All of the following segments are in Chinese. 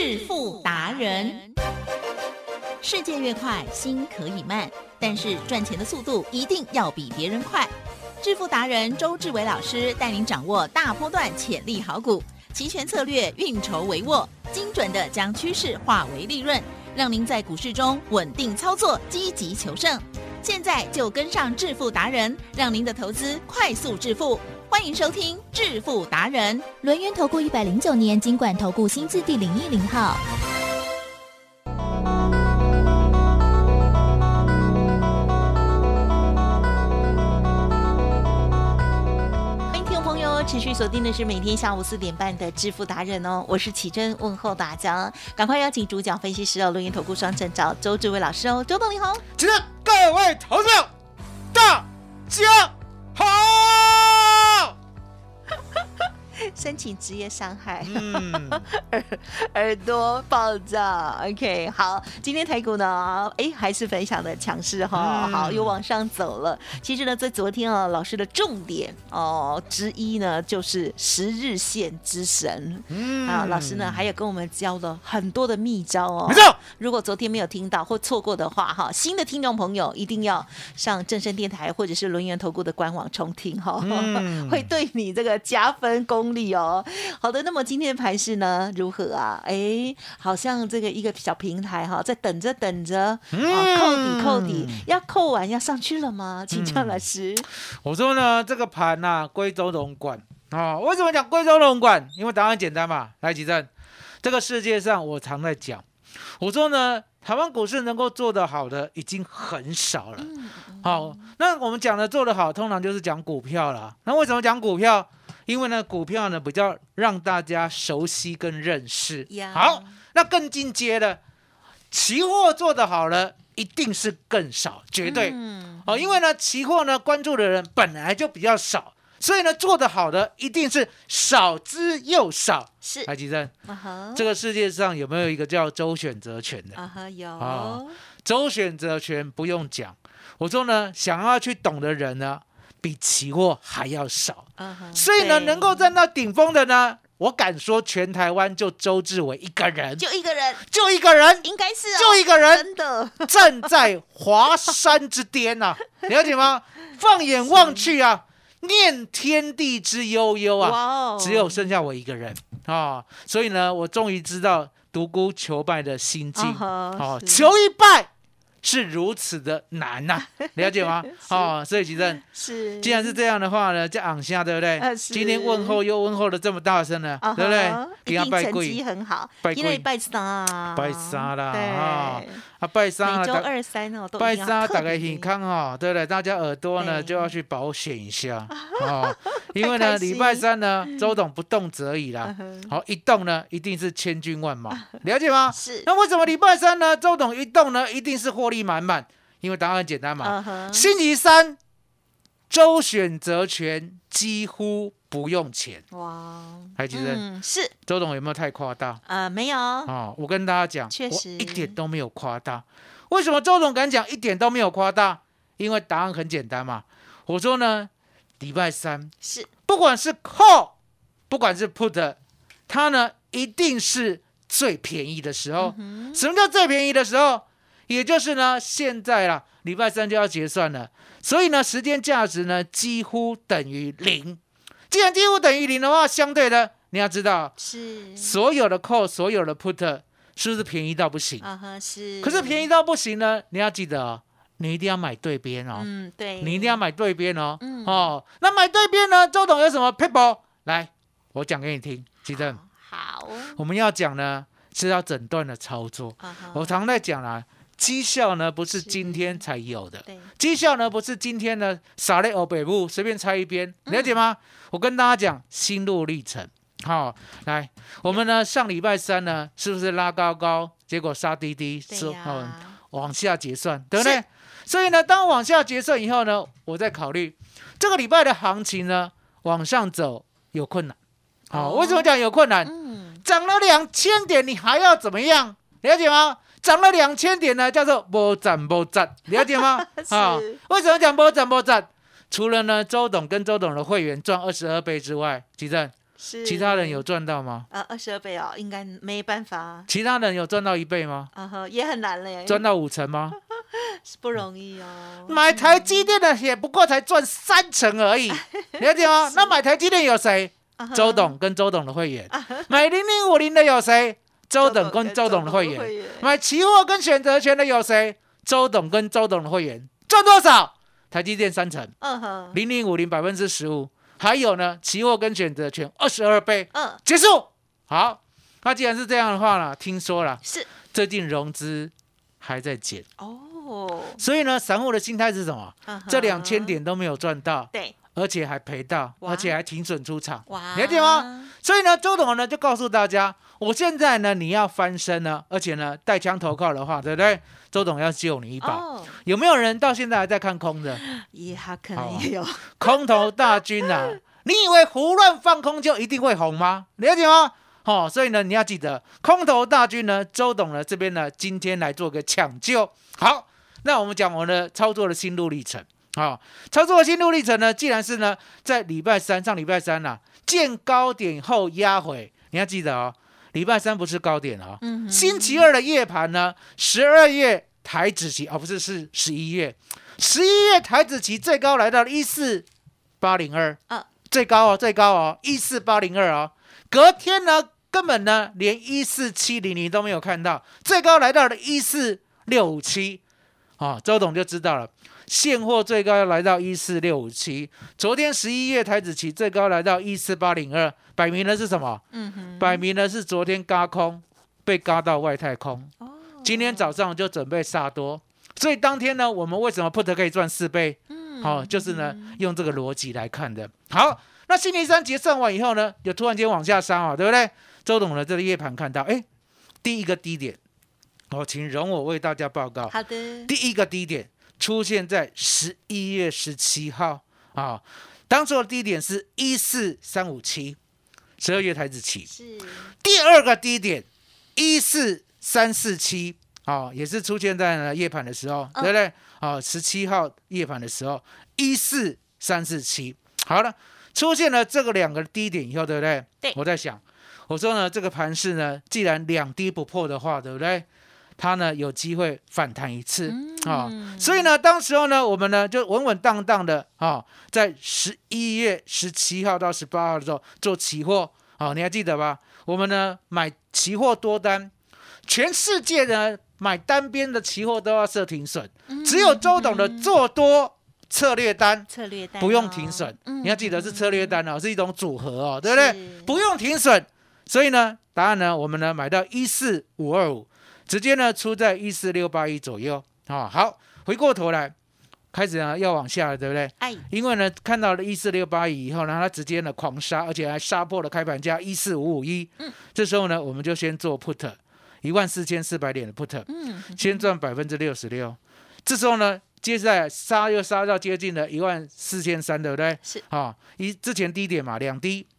致富达人。世界越快，心可以慢，但是赚钱的速度一定要比别人快。致富达人周志伟老师带您掌握大波段潜力好股，期权策略运筹帷幄，精准的将趋势化为利润，让您在股市中稳定操作，积极求胜。现在就跟上致富达人，让您的投资快速致富。欢迎收听致富达人。 轮源投顾109年金管投顾新字第010号。 持续锁定的是每天下午4点半的致富达人哦，我是启真，问候大家，赶快邀请主讲分析师轮源投顾双证照周志伟老师哦，周董你好。 启真，各位投资者大家好。 申请职业伤害，耳朵爆炸。OK， 好，今天台股呢，还是非常的强势哈，好，又往上走了。其实呢，在昨天啊，老师的重点之一呢，就是10日线之神。老师呢还有跟我们教了很多的秘招哦。 没错， 如果昨天没有听到或错过的话，哈，新的听众朋友一定要上正声电台或者是轮源投顾的官网重听哈，会对你这个加分功力哦。好的，那么今天的盘势呢如何啊？好像这个一个小平台哈，在等着，扣底，要扣完要上去了吗？请教老师。 我说呢，这个盘啊，归周董管啊。为什么讲归周董管？因为答案简单嘛。来，启正，这个世界上我常在讲，我说呢，台湾股市能够做得好的已经很少了。好，那我们讲的做得好，通常就是讲股票了。那为什么讲股票？因为呢，股票呢比较让大家熟悉跟认识。好，那更进阶的，期货做得好了，一定是更少，绝对。因为呢，期货呢关注的人本来就比较少，所以呢，做得好的一定是少之又少。 是， 来，吉正，这个世界上有没有一个叫周选择权的？ 有。 周选择权不用讲，我说呢，想要去懂的人呢，比期货还要少。所以呢，能够站到顶峰的呢，我敢说全台湾就周志伟一个人， 就一个人，应该是就一个人， 真的站在华山之巅啊，了解吗？放眼望去啊，念天地之悠悠啊，只有剩下我一个人啊。所以呢，我终于知道独孤求败的心境求一败是如此的难呐，了解吗？所以其实是，既然是这样的话呢，就昂下，对不对？今天问候又问候的这么大声了，对不对？ 一定成绩很好，因为拜三啦， 拜三每周2、3哦， 拜三大家健康哦，对不对？大家耳朵呢就要去保险一下因为呢礼拜三呢，周董不动则已啦，好一动呢一定是千军万马，了解吗？ 是。 那为什么礼拜三呢，周董一动呢，一定是获利满满？因为答案很简单嘛，星期三周选择权几乎不用钱。哇，还记得是周董有没有太夸大？ 没有我跟大家讲， 确实我一点都没有夸大。为什么周董敢讲一点都没有夸大？因为答案很简单嘛。我说呢，礼拜三是不管是 call， 不管是 put， 它呢一定是最便宜的时候。什么叫最便宜的时候？也就是呢，现在啦，礼拜三就要结算了，所以呢，时间价值呢几乎等于0。既然几乎等于0的话，相对的你要知道，是所有的 call， 所有的 put， 是不是便宜到不行？ 是。可是便宜到不行呢，你要记得你一定要买对边哦。 对， 你一定要买对边哦。那买对边呢，周董有什么 paper？ 来，我讲给你听，记得。 好， 我们要讲呢是要整段的操作。我常在讲啦。绩效呢不是今天才有的，绩效呢不是今天呢撒在欧北部随便猜一边，了解吗？我跟大家讲心路历程。来，我们呢上礼拜三呢是不是拉高，结果杀低往下结算，对不对？所以呢，当往下结算以后呢，我在考虑这个礼拜的行情呢往上走有困难。为什么讲有困难？涨了2000点，你还要怎么样？了解吗？涨了2000点呢，叫做没涨，了解吗？为什么讲没涨？除了呢，周董跟周董的会员赚22倍之外，其正是其他人有赚到吗 ？22倍哦，应该没办法。 其他人有赚到1倍吗？ 也很难了耶， 赚到5成吗？ 是不容易哦。 买台积电的也不过才赚3成而已，了解吗？那买台积电有谁？周董跟周董的会员。买0050的有谁？周董跟周董的会员。买期货跟选择权的有谁？周董跟周董的会员。赚多少？台积电3成，0050%15%，还有呢，期货跟选择权22倍。结束。好，那既然是这样的话呢，听说了， 是最近融资还在减哦， 所以呢，散户的心态是什么？这2000点都没有赚到， 对， 而且还赔到，而且还停损出场， 哇， 了解吗？所以呢，周董呢就告诉大家，我现在呢你要翻身呢，而且呢带枪投靠的话，对不对？周董要救你一把。有没有人到现在还在看空的？ 他可能也有空头大军啊！你以为胡乱放空就一定会红吗？了解吗？所以呢，你要记得，空头大军呢，周董呢这边呢，今天来做个抢救。好，那我们讲我们的操作的心路历程。操作的心路历程呢，既然是呢，在上礼拜三啊，见高点后压回，你要记得哦，礼拜三不是高点哦，星期二的夜盘呢，12月台指期是11月，11月台指期最高来到了14802，最高哦，14802哦，隔天呢，根本呢连14700都没有看到，最高来到了14657，周董就知道了。现货最高来到14657，昨天11月台指期最高来到14802，摆明了是什么？摆明了是昨天軋空被軋到外太空，今天早上就准备杀多，所以当天呢，我们为什么 put 可以赚4倍？就是呢用这个逻辑来看的。好，那星期三结算完以后呢，就突然间往下杀对不对？周董呢这个夜盘看到，第一个低点，请容我为大家报告。 好的， 第一个低点出现在11月17号当初的低点是14357，12月台指期。是第二个低点14347，也是出现在呢夜盘的时候，对不对？17号夜盘的时候14347。好了，出现了这个2个低点以后，对不对？对，我在想，我说呢，这个盘势呢，既然2低不破的话，对不对？它呢有机会反弹一次所以呢，当时候呢，我们呢就稳稳当当的在11月17号到18号的时候做期货你还记得吧？我们呢买期货多单，全世界呢买单边的期货都要设停损，只有周董的做多策略单不用停损，你要记得是策略单是一种组合对不对？不用停损，所以呢，答案呢，我们呢买到14525。直接呢出在14681左右好，回过头来开始呢要往下了，对不对？因为呢看到了14681以后呢，它直接呢狂杀，而且还杀破了开盘价14551。这时候呢，我们就先做 put 14400点的 put，先赚66%。这时候呢，接下来又杀到接近了14300，对不对？是之前低点嘛，2低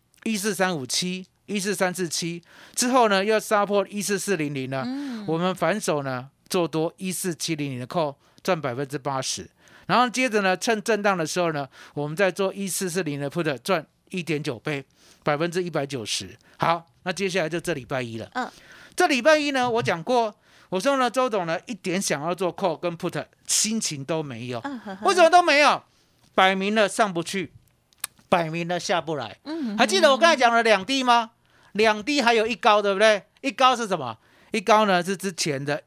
14357。14347之后呢，又杀破14400了。我们反手呢做多14700的 call， 赚80%。然后接着呢，趁震荡的时候呢，我们再做14400的 put， 赚1.9倍，190%。好，那接下来就这礼拜一了。这礼拜一呢，我讲过，我说呢，周董呢一点想要做 call 跟 put 心情都没有。为什么都没有？摆明了上不去，摆明了下不来。还记得我刚才讲了2低吗？2低还有1高，对不对？1高是什么？1高呢是之前的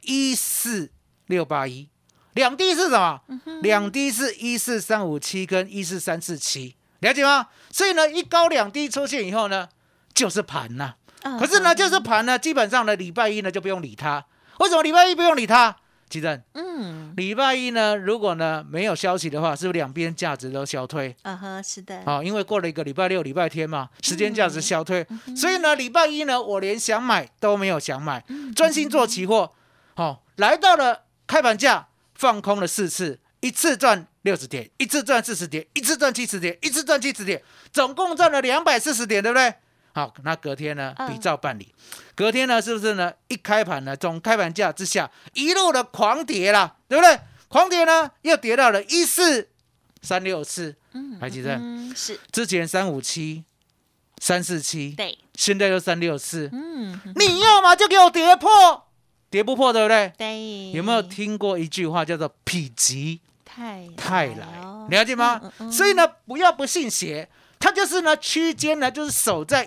14681，2低是什么？2低是14357跟14347，了解吗？所以呢，1高2低出现以后呢，就是盘呐。可是呢，就是盘呢，基本上呢，礼拜一呢就不用理它。为什么礼拜一不用理它？奇正，礼拜一呢，如果呢没有消息的话，是不是两边价值都消退？ 是的。 因为过了一个礼拜六、礼拜天嘛，时间价值消退，所以呢，礼拜一呢，我连想买都没有想买，专心做期货。来到了开盘价，放空了4次，一次赚60点，一次赚40点，一次赚70点，一次赚70点，总共赚了240点，对不对？好，那隔天呢，比照办理。隔天呢，是不是呢？一开盘呢，从开盘价之下一路的狂跌啦，对不对？狂跌呢，又跌到了14364，还记得？是之前357 347， 对， 现在又364，你要嘛就给我跌破，跌不破，对不对？ 对， 有没有听过一句话叫做否极泰来？了解吗？所以呢，不要不信邪，它就是呢区间呢就是守在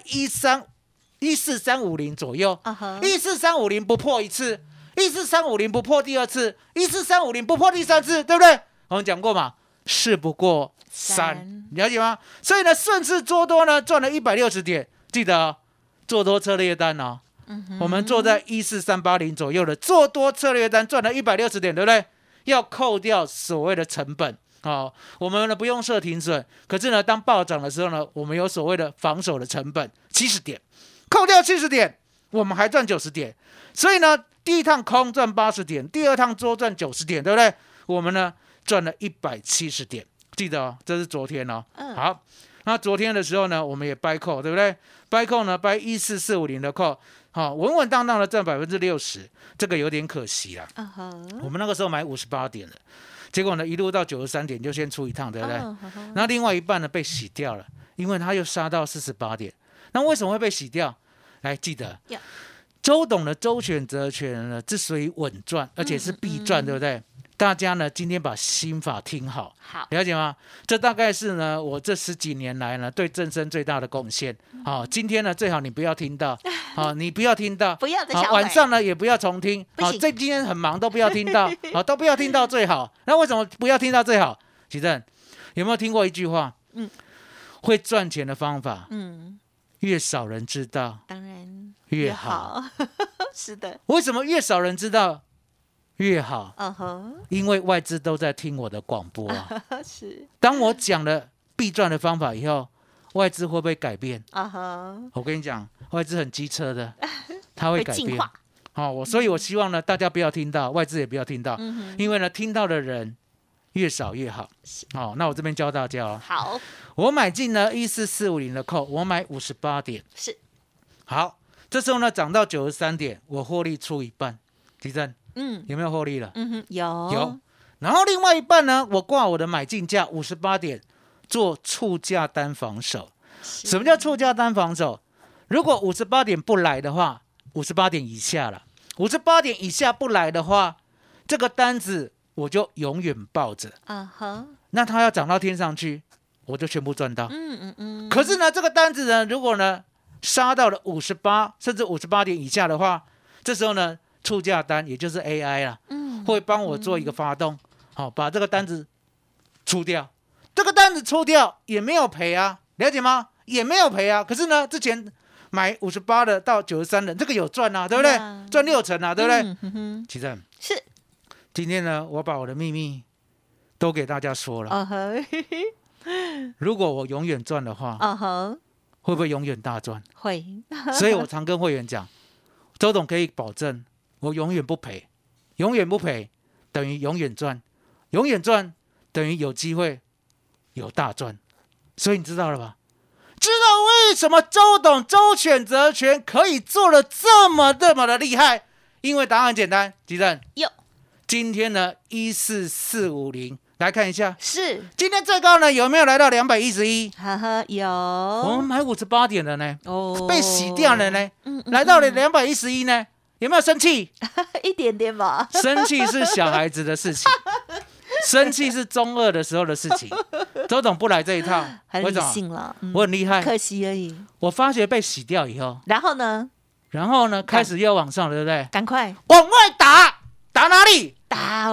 14350左右，14350不破一次，14350不破第二次，14350不破第三次，对不对？我们讲过嘛，事不过3，了解吗？所以呢，顺势做多呢赚了160点，记得哦，做多策略单哦。我们做在14380左右的做多策略单赚了160点，对不对？要扣掉所谓的成本。我们呢不用设停损，可是呢，当暴涨的时候呢，我们有所谓的防守的成本70点，扣掉70点，我们还赚90点。所以呢，第一趟空赚80点，第二趟多赚90点，对不对？我们呢赚了170点，记得哦，这是昨天哦。好，那昨天的时候呢，我们也掰扣，对不对？掰扣呢，掰14450的扣，稳稳当当的赚60%，这个有点可惜啦。我们那个时候买58点了。结果呢，一路到93点就先出一趟，对不对？然后另外一半呢被洗掉了，因为它又杀到48点。那为什么会被洗掉？来，记得周董的周选择权呢，之所以稳赚，而且是必赚，对不对？大家呢今天把心法听好，了解吗？这大概是呢我这10几年来呢对正声最大的贡献。今天呢最好你不要听到，你不要听到， 不要再晚上呢也不要重听，这今天很忙都不要听到，都不要听到最好。那为什么不要听到最好？启正有没有听过一句话？会赚钱的方法，越少人知道， 当然越好。 是的， 为什么越少人知道越好？因为外资都在听我的广播啊。 是。当我讲了必赚的方法以后，外资会不会改变？我跟你讲，外资很机车的，他会改变。所以我希望呢，大家不要听到，外资也不要听到，因为呢，听到的人越少越好。那我这边教大家哦。好，我买进呢14450的call，我买58点。 是。 好，这时候呢涨到93点，我获利出一半。提正。有没有获利了？有。然后另外一半呢，我挂我的买进价58点，做促价单防守。什么叫促价单防守？如果58点不来的话，58点以下了，58点以下不来的话，这个单子我就永远抱着。那它要涨到天上去，我就全部赚到。可是呢，这个单子呢，如果呢杀到了58甚至58点以下的话，这时候呢，促价单也就是 AI 啦，会帮我做一个发动，把这个单子出掉。这个单子出掉也没有赔啊，了解吗？也没有赔啊。可是呢，之前买58的到93的，这个有赚啊，对不对？赚6成啊，对不对？其正是。 今天呢，我把我的秘密都给大家说了。如果我永远赚的话，会不会永远大赚？ 会。 所以我常跟会员讲，周董可以保证。我永远不赔，永远不赔等于永远赚，永远赚等于有机会有大赚。所以你知道了吧？知道为什么周董周选择权可以做得这么的厉害？因为答案很简单，吉正。今天呢14450，来看一下， 是今天最高呢有没有来到211？ 有。 我们买58点的呢，被洗掉了呢，来到了211呢。有没有生气？ 一点点吧。 生气是小孩子的事情，生气是中2的时候的事情。周董不来这一套， 很理性了。 我很厉害， 可惜而已。 我发觉被洗掉以后， 然后呢， 开始又往上，对不对？ 赶快往外打哪里？ 打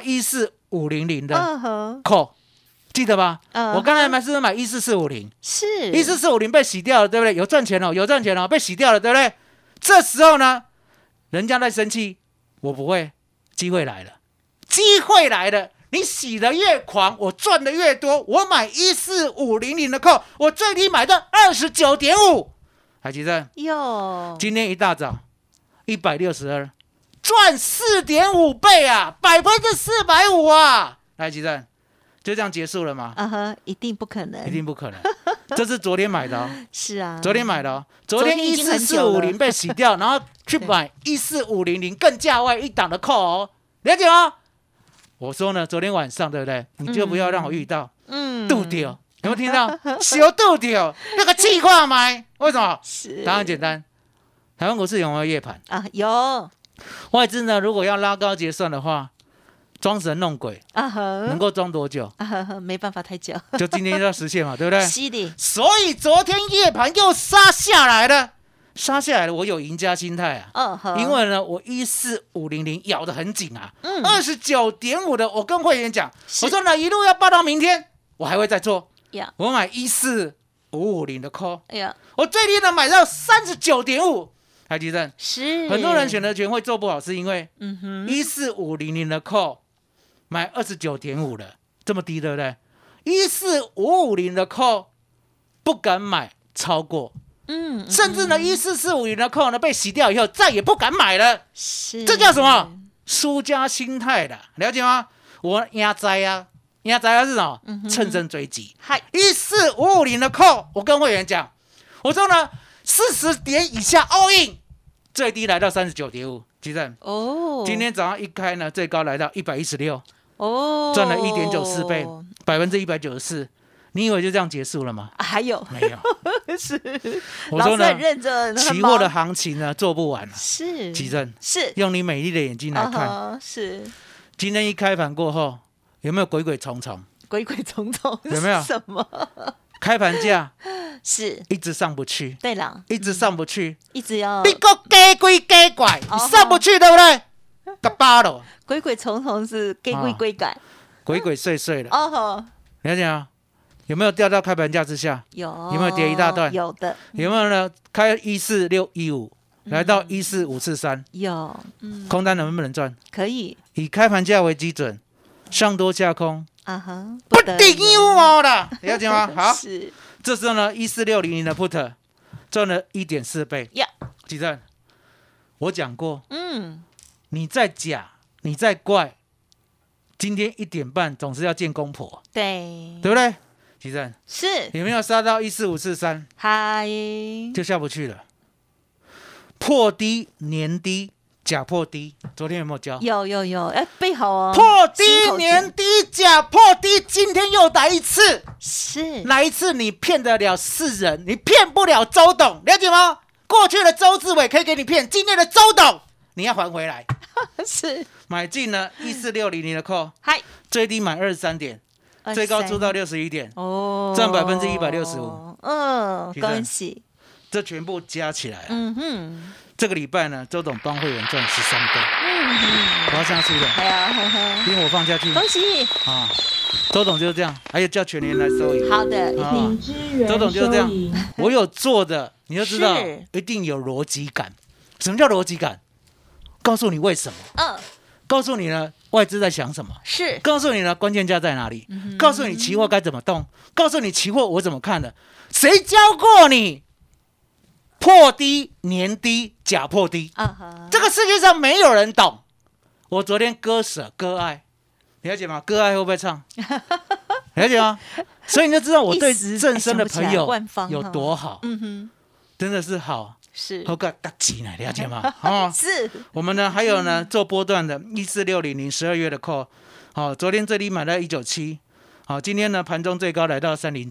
14500的call，记得吧？我刚才是不是买14450？ 是 14450被洗掉了，对不对？有赚钱哦，被洗掉了，对不对？这时候呢？人家在生气，我不会。机会来了，你洗的越狂，我赚的越多。我买14500的call，我最低买到29.5。海基正，今天一大早162，赚4.5倍啊，450%啊！海基正，就这样结束了吗？ 一定不可能， 一定不可能。这是昨天买的哦。 是啊， 昨天买的哦。昨天14450被洗掉，然后去买14500更价外一档的call哦，了解吗？我说呢，昨天晚上对不对？你就不要让我遇到，度掉， 有没有听到？小度掉那个气化买，为什么？ 是答案简单，台湾股市有没有夜盘啊？有外资呢？如果要拉高结算的话，装神弄鬼啊呵， 能够装多久？ 啊呵，没办法太久， 就今天要实现嘛，对不对？ 是的， 所以昨天夜盘又杀下来了。杀下来了，我有赢家心态啊，因为呢，我14500咬得很紧啊，29.5的，我跟会员讲，我说呢一路要报到明天，我还会再做，我买14550的 call， 我最低的买到39.5，台积电是很多人选择权会做不好，是因为14500的 call 买29.5的这么低，对不对？14550的 call 不敢买超过。甚至呢，14450的 call 呢被洗掉以后，再也不敢买了。 是， 这叫什么？输家心态的，了解吗？我压灾啊，压灾啊是什么？乘胜追击。14550的 call， 我跟会员讲，我说呢，40点以下 all in， 最低来到39.5，基正。哦，今天早上一开呢，最高来到116，哦，赚了1.94倍，194%。你以为就这样结束了吗？ 还有没有？ 是， 我说呢， 老师很认真， 期货的行情呢做不完了。 是， 奇正是用你美丽的眼睛来看， 是。 今天一开盘过后，有没有鬼鬼祟祟？ 鬼鬼祟祟有没有？ 什么？ 开盘价是一直上不去， 对了， 一直上不去， 一直要你个假鬼假怪，你上不去对不对？个巴了， 鬼鬼祟祟是假鬼鬼怪， 鬼鬼祟祟的。 哦， 了解吗？有没有掉到开盘价之下？ 有。 有没有跌一大段？ 有的。 有没有呢？开14615，来到14543， 有。 空单能不能赚？ 可以。 以开盘价为基准，上多下空， 不顶我了，了解吗？好， 是。 这时候呢，14600的 put 赚了1.4倍。基正，我讲过，你在假，你在怪，今天1点半总是要见公婆，对不对？其正是有没有杀到14543？ 嗨， 就下不去了，破低年低假破低，昨天有没有教？ 有，背好哦。 破低年低假破低，今天又来一次， 是来一次你骗得了世人，你骗不了周董，了解吗？过去的周志伟可以给你骗，今天的周董你要还回来。 是买进了14600的 call， 嗨， 最低买23点。最高出到61点，赚165%。 恭喜！ 这全部加起来，这个礼拜呢，周董帮会员赚13倍。我要下去了，因为我放下去。 恭喜！ 啊，周董就是这样，还有叫全年来收银。 好的， 周董就是这样，我有做的，你就知道一定有逻辑感。什么叫逻辑感？告诉你为什么。告诉你呢，外资在想什么？ 是告诉你呢，关键价在哪里？告诉你期货该怎么动？告诉你期货我怎么看的？谁教过你破低、年低、假破低？这个世界上没有人懂。我昨天割舍割爱，了解吗？割爱会不会唱？了解吗？所以你就知道我对正生的朋友有多好。真的是好。是，好个大吉呢，了解吗？ 是。我们呢还有呢做波段的14600，12月的 call， 昨天最低买到197，今天呢盘中最高来到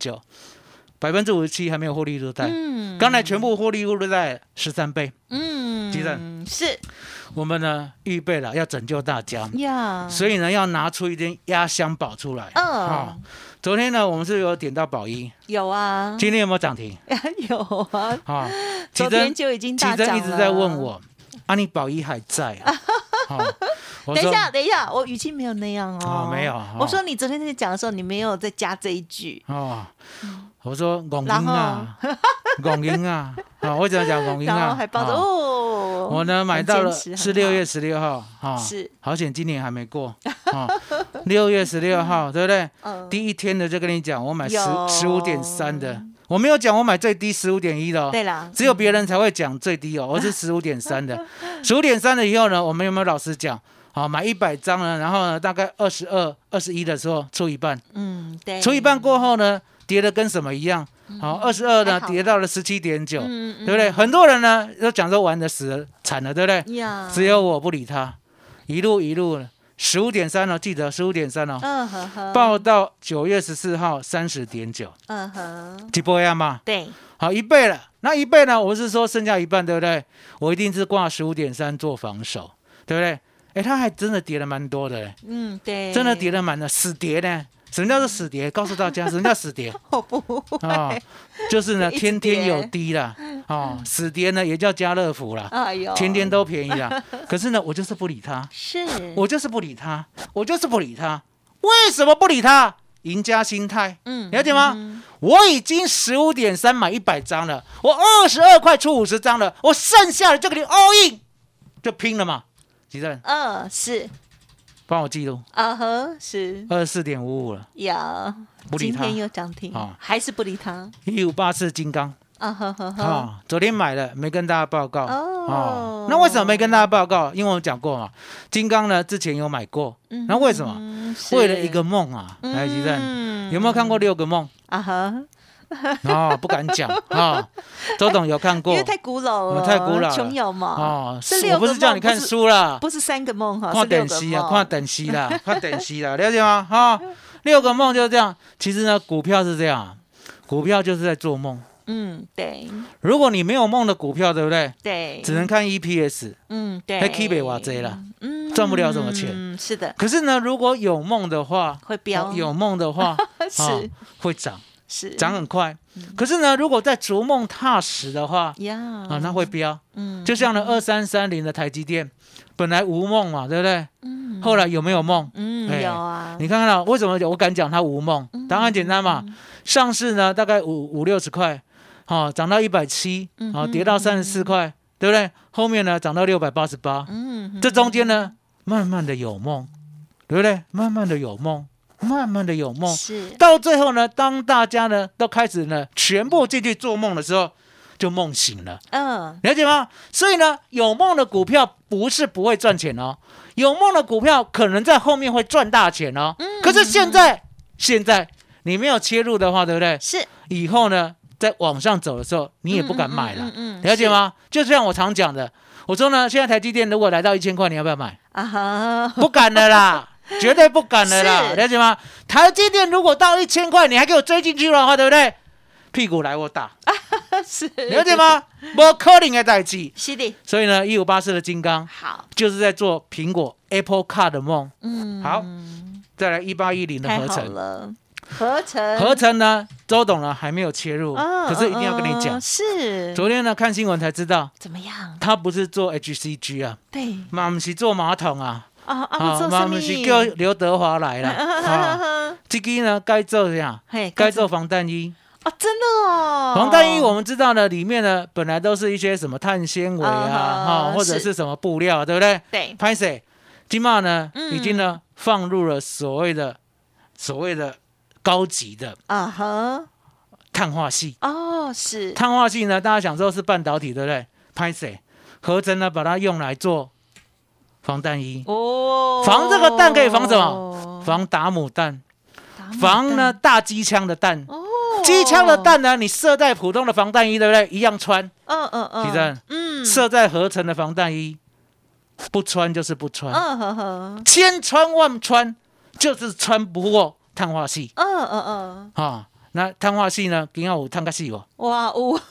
309，57%还没有获利入袋。刚才全部获利入袋13倍。基正是。 我们呢预备了要拯救大家，所以呢要拿出一点压箱宝出来。昨天呢我们是有点到宝一，有啊。今天有没有涨停？ 有啊。昨天就已经大涨了。 奇珍一直在问我，你宝一还在啊？ 等一下，我语气没有那样哦。 没有。 我说你昨天在讲的时候，你没有再加这一句。 我说拱音啊，拱音啊，我怎么讲拱音啊？ 然后还抱着我呢买到了是6月16号，是好险今年还没过。6月16号，对不对？第一天的就跟你讲，我买15.3的。我没有讲我买最低15.1的哦， 对啦， 只有别人才会讲最低哦，我是15.3的，15.3的以后呢，我们有没有老实讲？买100张呢，然后呢，大概22、21的时候出一半，对，出一半过后呢，跌的跟什么一样？22呢跌到了17.9，对不对？很多人呢都讲说玩的死了惨了，对不对？只有我不理他，一路 15.3哦，记得15.3哦，报到9月14号30.9，几波呀嘛？ 对， 好1倍了。那1倍呢？我是说剩下一半，对不对？我一定是挂15.3做防守，对不对？哎，它还真的跌了蛮多的， 对， 真的跌了蛮多，死跌呢。什么叫做死跌？告诉大家，什么叫死跌？ 我不会， 就是呢，天天有低啦，死跌呢也叫家乐福啦，天天都便宜啦。可是呢，我就是不理它，我就是不理它，为什么不理它？赢家心态，了解吗？我已经15.3买100张了，我22块出50张了，我剩下的就给你 all in， 就拼了嘛，吉正， 是。 帮我记录是 24.55了，不理他， 今天又涨停，还是不理他。 1584金刚昨天买了，没跟大家报告那为什么没跟大家报告？因为我讲过嘛，金刚呢之前有买过，那为什么？为了一个梦啊，来吉正，有没有看过6个梦？不敢讲周董有看过， 因为太古老了，琼瑶嘛。 我不是叫你看书啦， 不是3个梦看电视啊，看电视啦，了解吗？6个梦就是这样。其实呢，股票是这样，股票就是在做梦。 对。 如果你没有梦的股票，对不对？ 对。 只能看 EPS。对。还 keep 哇贼了，赚不了什么钱。 是的。 可是呢，如果有梦的话， 会飙。 有梦的话， 是会涨。涨很快，可是呢，如果在逐夢踏實的話，那會飆。就像呢2330的台積電，本來無夢嘛，對不對？後來有沒有夢？ 有啊。 你看看為什麼我敢講它無夢？答案簡單嘛，上市呢大概50-60塊，漲到170，跌到34塊，對不對？後面呢漲到688，這中間呢慢慢的有夢，對不對？慢慢的有夢。到最後呢，當大家呢都開始呢全部進去做夢的時候，就夢醒了。了解嗎？所以呢，有夢的股票不是不會賺錢哦，有夢的股票可能在後面會賺大錢哦。可是現在你沒有切入的話，對不對？是。以後呢，在往上走的時候，你也不敢買了。了解嗎？就像我常講的，我說呢，現在台積電如果來到1000塊，你要不要買？不敢了啦。絕對不敢了啦，了解嗎？台積電如果到1000塊，你還給我追進去的話，對不對？屁股來我打， 是了解嗎？沒可能的代誌。 是的。 所以呢，1584的金剛，好，就是在做蘋果 Apple Car 的夢。好，再來1810的合成。合成呢，周董呢還沒有切入，可是一定要跟你講。 是。昨天呢看新聞才知道， 怎麼樣？ 他不是做 HCG 啊，對，嘛不是做馬桶啊。嘛不是叫劉德華來了，這個呢該做這樣，該做防彈衣。 真的哦。 防彈衣我們知道呢，裡面呢本來都是一些什麼碳纖維啊，或者是什麼布料，對不對？對。拍攝，今嘛呢已經呢放入了所謂的高級的碳化矽。是。碳化矽呢，大家想說是半導體，對不對？拍攝，合成呢把它用來做防彈衣防這個彈可以防什麼？防打母彈，防呢大機槍的彈。機槍的彈呢，你射在普通的防彈衣，對不對？一樣穿。其實，射在合成的防彈衣，不穿就是不穿。千穿萬穿，就是穿不過碳化矽。那碳化矽呢？今天有碳化矽哦。哇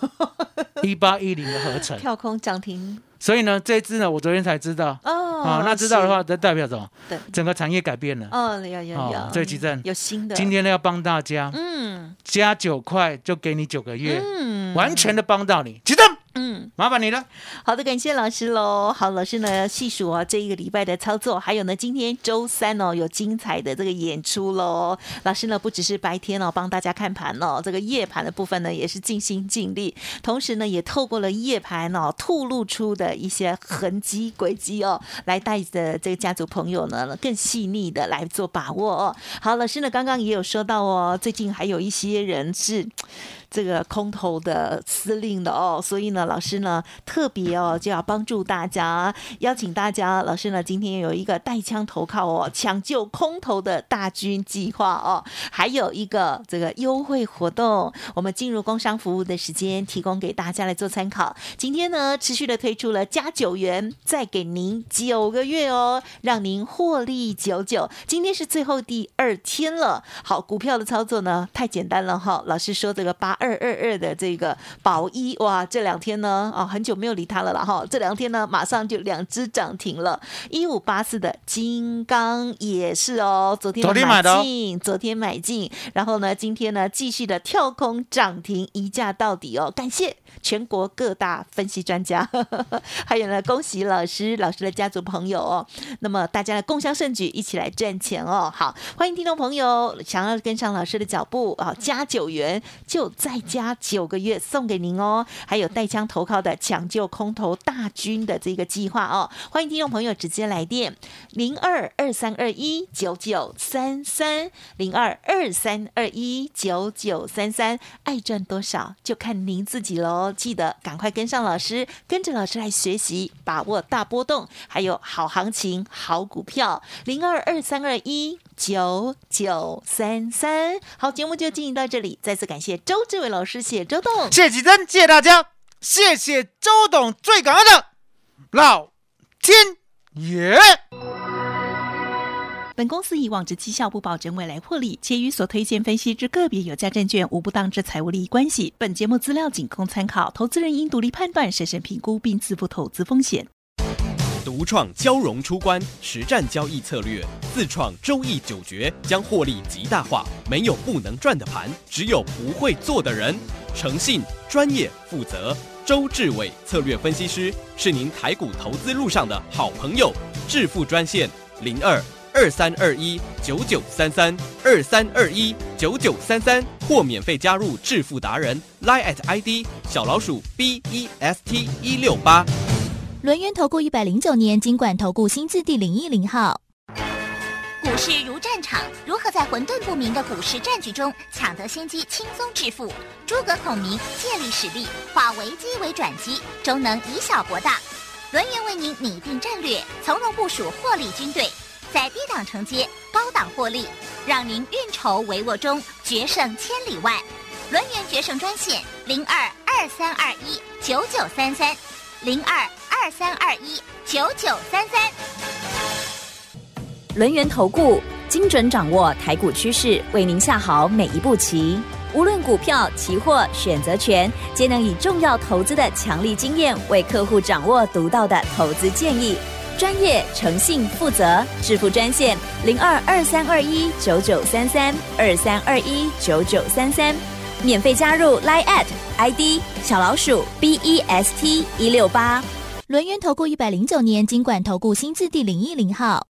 ！1810的合成。跳空漲停。 所以呢，這支呢，我昨天才知道。那知道的話，這代表什麼？對，整個產業改變了。有。這期陣有新的。今天呢，要幫大家，加9塊就給你9個月，完全的幫到你。期陣。麻煩你了。 好的，感謝老師嘍。好，老師呢細數這一個禮拜的操作，還有呢今天週3有精彩的這個演出嘍。老師呢不只是白天幫大家看盤這個夜盤的部分呢也是盡心盡力，同時呢也透過了夜盤吐露出的一些痕跡軌跡來帶着這個家族朋友呢更細膩的來做把握好，老師呢剛剛也有說到最近還有一些人是这个空头的司令的哦，所以呢，老师呢特别哦就要帮助大家，邀请大家，老师呢今天有一个带枪投靠哦，抢救空头的大军计划哦，还有一个这个优惠活动，我们进入工商服务的时间，提供给大家来做参考。今天呢，持续的推出了加9元，再给您9个月哦，让您获利99。今天是最后第2天了，好，股票的操作呢太简单了哈。老师说这个8222的这个宝一，哇，这2天呢很久没有理他了啦哈，这2天呢马上就2只涨停了。1584的金刚也是哦，昨天买进，昨天买进，然后呢今天呢继续的跳空涨停，一价到底哦，感谢全国各大分析专家，还有呢恭喜老师的家族朋友哦，那么大家的共襄盛举，一起来赚钱哦。好，欢迎听众朋友想要跟上老师的脚步啊，加9元就再加9个月送给您哦，还有带枪投靠的抢救空头大军的这个计划哦，欢迎听众朋友直接来电0223219933 0223219933，爱赚多少就看您自己喽，记得赶快跟上老师，跟着老师来学习，把握大波动，还有好行情、好股票。0223219933。好，节目就进行到这里，再次感谢周志伟老师，谢谢周董， 谢谢启真，谢谢大家，谢谢周董，最感恩的老天爷。 本公司以往之绩效不保证未来获利，且与所推荐分析之个别有价证券无不当之财务利益关系。本节目资料仅供参考，投资人应独立判断、审慎评估并自负投资风险。 独创交融出关实战交易策略，自创周易9诀，将获利极大化。没有不能赚的盘，只有不会做的人。诚信、专业、负责，周志伟策略分析师是您台股投资路上的好朋友。致富专线0223219933 23219933，或免费加入致富达人 Line ID 小老鼠 BEST168。 轮源投顾109年金管投顾新字第010号。 股市如战场，如何在混沌不明的股市战局中抢得先机，轻松致富？诸葛孔明借力使力，化危机为转机，终能以小博大。轮源为您拟定战略，从容部署获利军队，在低档承接，高档获利，让您运筹帷幄中决胜千里外。轮源决胜专线0223219933 0223219933。 轮源投顾精准掌握台股趋势，为您下好每一步棋。无论股票、期货、选择权，皆能以重要投资的强力经验，为客户掌握独到的投资建议。专业、诚信、负责，致富专线0223219933 23219933，免费加入 Line ID 小老鼠 BEST168。 轮源投顾109年金管投顾新字第010号。